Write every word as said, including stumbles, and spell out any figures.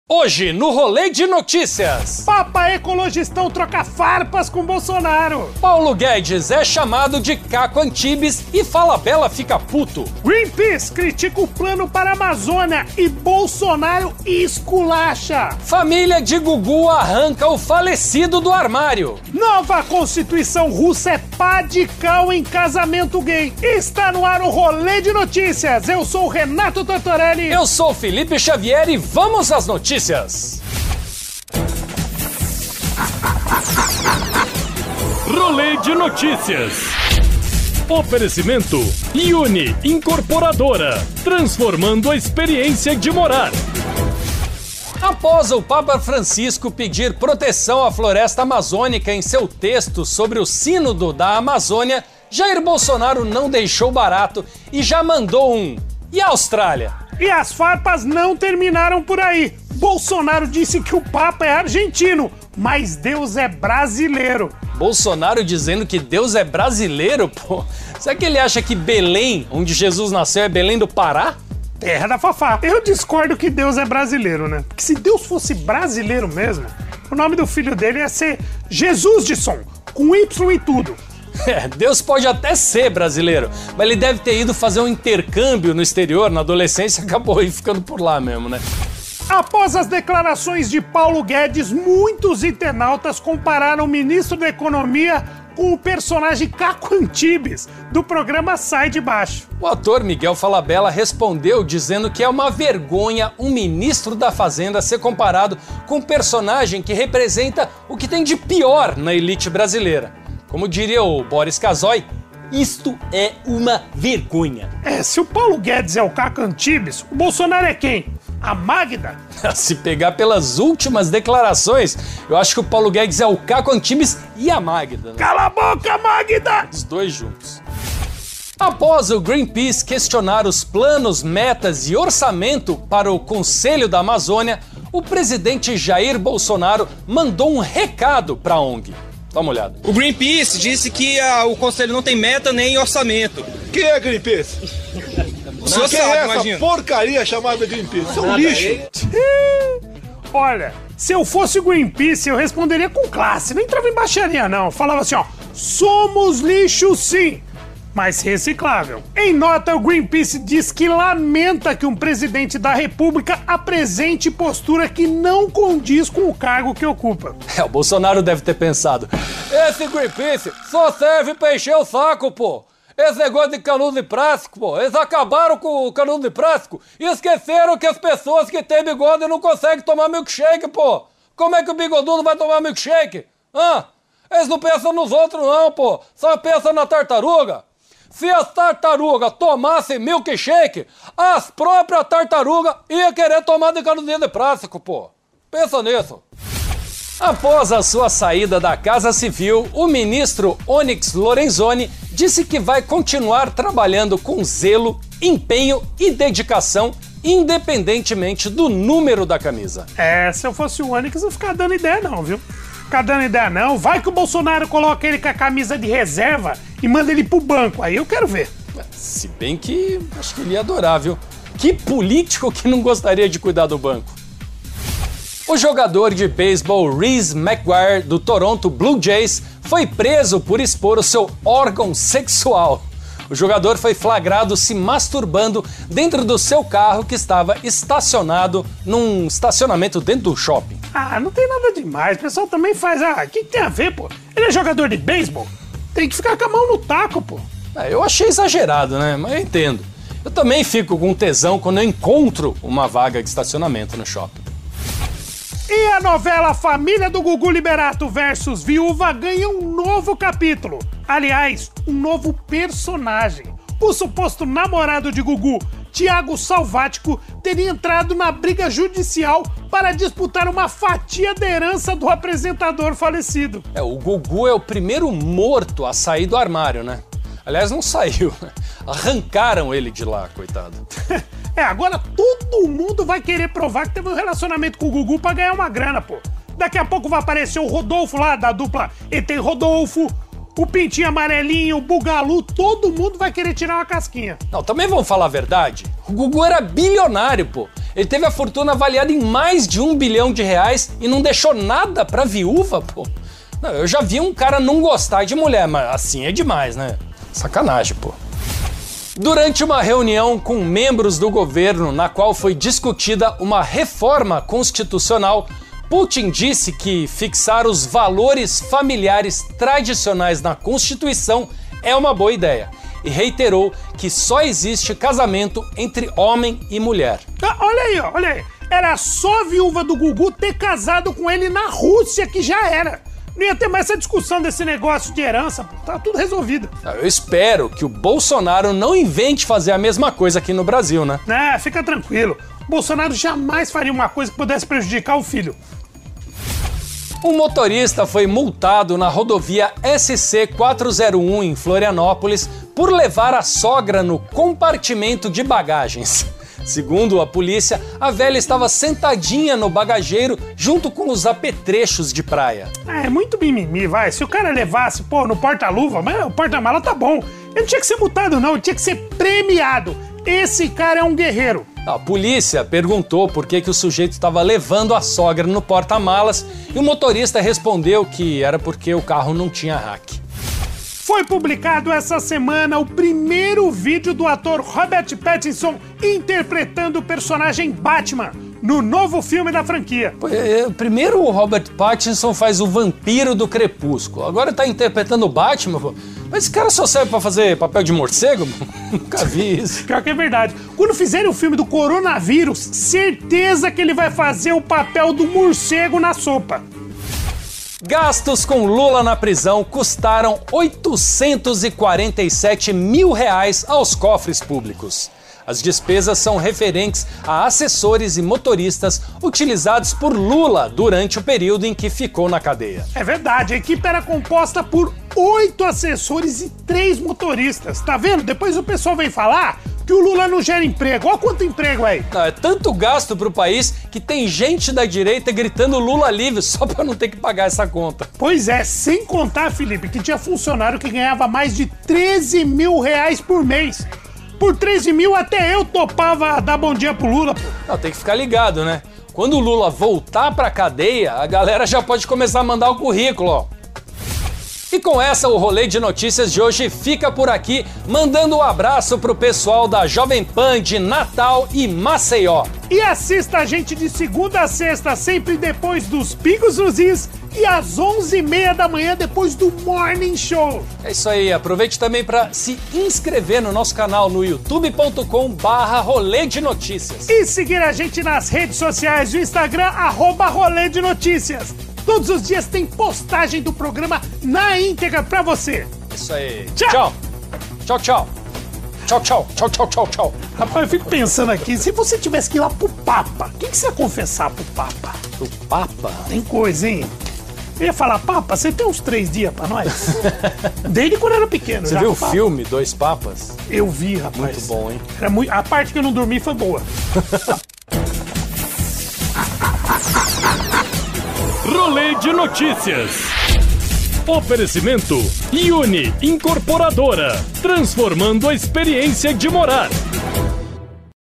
Hoje, no Rolê de Notícias. Papa ecologistão troca farpas com Bolsonaro. Paulo Guedes é chamado de Caco Antibes e Falabella fica puto. Greenpeace critica o plano para a Amazônia e Bolsonaro esculacha. Família de Gugu arranca o falecido do armário. Nova Constituição russa é pá de cal em casamento gay. Está no ar o Rolê de Notícias. Eu sou o Renato Tortorelli. Eu sou o Felipe Xavier e vamos às notícias. Rolê de Notícias. Oferecimento Uni Incorporadora, transformando a experiência de morar. Após o Papa Francisco pedir proteção à floresta amazônica em seu texto sobre o Sínodo da Amazônia, Jair Bolsonaro não deixou barato e já mandou um. E a Austrália? E as farpas não terminaram por aí. Bolsonaro disse que o Papa é argentino, mas Deus é brasileiro. Bolsonaro dizendo que Deus é brasileiro? Pô, será que ele acha que Belém, onde Jesus nasceu, é Belém do Pará? Terra da Fafá. Eu discordo que Deus é brasileiro, né? Porque se Deus fosse brasileiro mesmo, o nome do filho dele ia ser Jesus de som, com Y e tudo. É, Deus pode até ser brasileiro, mas ele deve ter ido fazer um intercâmbio no exterior na adolescência e acabou aí ficando por lá mesmo, né? Após as declarações de Paulo Guedes, muitos internautas compararam o ministro da Economia com o personagem Caco Antibes, do programa Sai de Baixo. O ator Miguel Falabella respondeu dizendo que é uma vergonha um ministro da Fazenda ser comparado com um personagem que representa o que tem de pior na elite brasileira. Como diria o Boris Casoy, isto é uma vergonha. É, se o Paulo Guedes é o Caco Antibes, o Bolsonaro é quem? A Magda? Se pegar pelas últimas declarações, eu acho que o Paulo Guedes é o Caco Antibes e a Magda, né? Cala a boca, Magda! Os dois juntos. Após o Greenpeace questionar os planos, metas e orçamento para o Conselho da Amazônia, o presidente Jair Bolsonaro mandou um recado para a O N G. Dá uma olhada. O Greenpeace disse que a, o Conselho não tem meta nem orçamento. Quem é Greenpeace? O senhor Quem sabe, é essa imagina. porcaria chamada Greenpeace? Isso é um lixo. Olha, se eu fosse o Greenpeace, eu responderia com classe. Não entrava em baixaria, não. Falava assim, ó, somos lixo sim, mas reciclável. Em nota, o Greenpeace diz que lamenta que um presidente da República apresente postura que não condiz com o cargo que ocupa. É, o Bolsonaro deve ter pensado, esse Greenpeace só serve pra encher o saco, pô. Esse negócio de canudo de plástico, pô. Eles acabaram com o canudo de plástico e esqueceram que as pessoas que têm bigode não conseguem tomar milkshake, pô. Como é que o bigodudo vai tomar milkshake? Hã? Eles não pensam nos outros não, pô. Só pensam na tartaruga. Se as tartarugas tomassem milkshake, as próprias tartarugas iam querer tomar de canudinho de plástico, pô. Pensa nisso. Após a sua saída da Casa Civil, o ministro Onyx Lorenzoni disse que vai continuar trabalhando com zelo, empenho e dedicação, independentemente do número da camisa. É, se eu fosse o Onyx, eu não ficar dando ideia não, viu? Ficar dando ideia não. Vai que o Bolsonaro coloca ele com a camisa de reserva e manda ele pro banco. Aí eu quero ver. Se bem que acho que ele ia adorar, viu? Que político que não gostaria de cuidar do banco? O jogador de beisebol Reese McGuire, do Toronto Blue Jays, foi preso por expor o seu órgão sexual. O jogador foi flagrado se masturbando dentro do seu carro que estava estacionado num estacionamento dentro do shopping. Ah, não tem nada demais. O pessoal também faz... Ah, o que, que tem a ver, pô? Ele é jogador de beisebol. Tem que ficar com a mão no taco, pô. É, eu achei exagerado, né? Mas eu entendo. Eu também fico com tesão quando eu encontro uma vaga de estacionamento no shopping. E a novela Família do Gugu Liberato versus Viúva ganha um novo capítulo. Aliás, um novo personagem. O suposto namorado de Gugu, Thiago Salvático, teria entrado na briga judicial para disputar uma fatia da herança do apresentador falecido. É, o Gugu é o primeiro morto a sair do armário, né? Aliás, não saiu. Arrancaram ele de lá, coitado. É, agora todo mundo vai querer provar que teve um relacionamento com o Gugu pra ganhar uma grana, pô. Daqui a pouco vai aparecer o Rodolfo lá, da dupla E T Rodolfo, o Pintinho Amarelinho, o Bugalu, todo mundo vai querer tirar uma casquinha. Não, também vamos falar a verdade. O Gugu era bilionário, pô. Ele teve a fortuna avaliada em mais de um bilhão de reais e não deixou nada pra viúva, pô. Não, eu já vi um cara não gostar de mulher, mas assim é demais, né? Sacanagem, pô. Durante uma reunião com membros do governo, na qual foi discutida uma reforma constitucional, Putin disse que fixar os valores familiares tradicionais na Constituição é uma boa ideia e reiterou que só existe casamento entre homem e mulher. Ah, olha aí, ó, olha aí. Era só a viúva do Gugu ter casado com ele na Rússia que já era. Não ia ter mais essa discussão desse negócio de herança, pô. Tá tudo resolvido. Eu espero que o Bolsonaro não invente fazer a mesma coisa aqui no Brasil, né? É, fica tranquilo. O Bolsonaro jamais faria uma coisa que pudesse prejudicar o filho. Um motorista foi multado na rodovia S C quatrocentos um em Florianópolis por levar a sogra no compartimento de bagagens. Segundo a polícia, a velha estava sentadinha no bagageiro junto com os apetrechos de praia. É muito mimimi, vai. Se o cara levasse, pô, no porta-luva, mas o porta-mala tá bom. Ele não tinha que ser multado, não. Ele tinha que ser premiado. Esse cara é um guerreiro. A polícia perguntou por que, que o sujeito estava levando a sogra no porta-malas e o motorista respondeu que era porque o carro não tinha rack. Foi publicado essa semana o primeiro vídeo do ator Robert Pattinson interpretando o personagem Batman no novo filme da franquia. Primeiro o Robert Pattinson faz o vampiro do Crepúsculo, agora tá interpretando o Batman. Pô. Mas esse cara só serve pra fazer papel de morcego? Nunca vi isso. Pior que é verdade. Quando fizerem o filme do coronavírus, certeza que ele vai fazer o papel do morcego na sopa. Gastos com Lula na prisão custaram oitocentos e quarenta e sete mil reais aos cofres públicos. As despesas são referentes a assessores e motoristas utilizados por Lula durante o período em que ficou na cadeia. É verdade, a equipe era composta por oito assessores e três motoristas. Tá vendo? Depois o pessoal vem falar que o Lula não gera emprego. Olha quanto emprego aí. Não, é tanto gasto pro país que tem gente da direita gritando Lula livre só pra não ter que pagar essa conta. Pois é, sem contar, Felipe, que tinha funcionário que ganhava mais de treze mil reais por mês. Por treze mil até eu topava dar bom dia pro Lula, pô. Não, tem que ficar ligado, né? Quando o Lula voltar pra cadeia, a galera já pode começar a mandar o currículo, ó. E com essa, o Rolê de Notícias de hoje fica por aqui, mandando um abraço pro pessoal da Jovem Pan de Natal e Maceió. E assista a gente de segunda a sexta, sempre depois dos Pingos nos Is e às onze e meia da manhã depois do Morning Show. É isso aí, aproveite também para se inscrever no nosso canal no youtube ponto com barra Rolê de Notícias. E seguir a gente nas redes sociais, no Instagram, arroba Rolê de Notícias. Todos os dias tem postagem do programa na íntegra pra você. Isso aí. Tchau. Tchau, tchau. Tchau, tchau. Tchau, tchau, tchau, tchau. Rapaz, eu fico pensando aqui, se você tivesse que ir lá pro Papa, o que, que você ia confessar pro Papa? Pro Papa? Tem coisa, hein? Eu ia falar, Papa, você tem uns três dias pra nós? Desde quando eu era pequeno. Você já viu o Papa. filme Dois Papas? Eu vi, rapaz. Muito bom, hein? Era muito... A parte que eu não dormi foi boa. Rolê de Notícias. Oferecimento Uni Incorporadora, transformando a experiência de morar.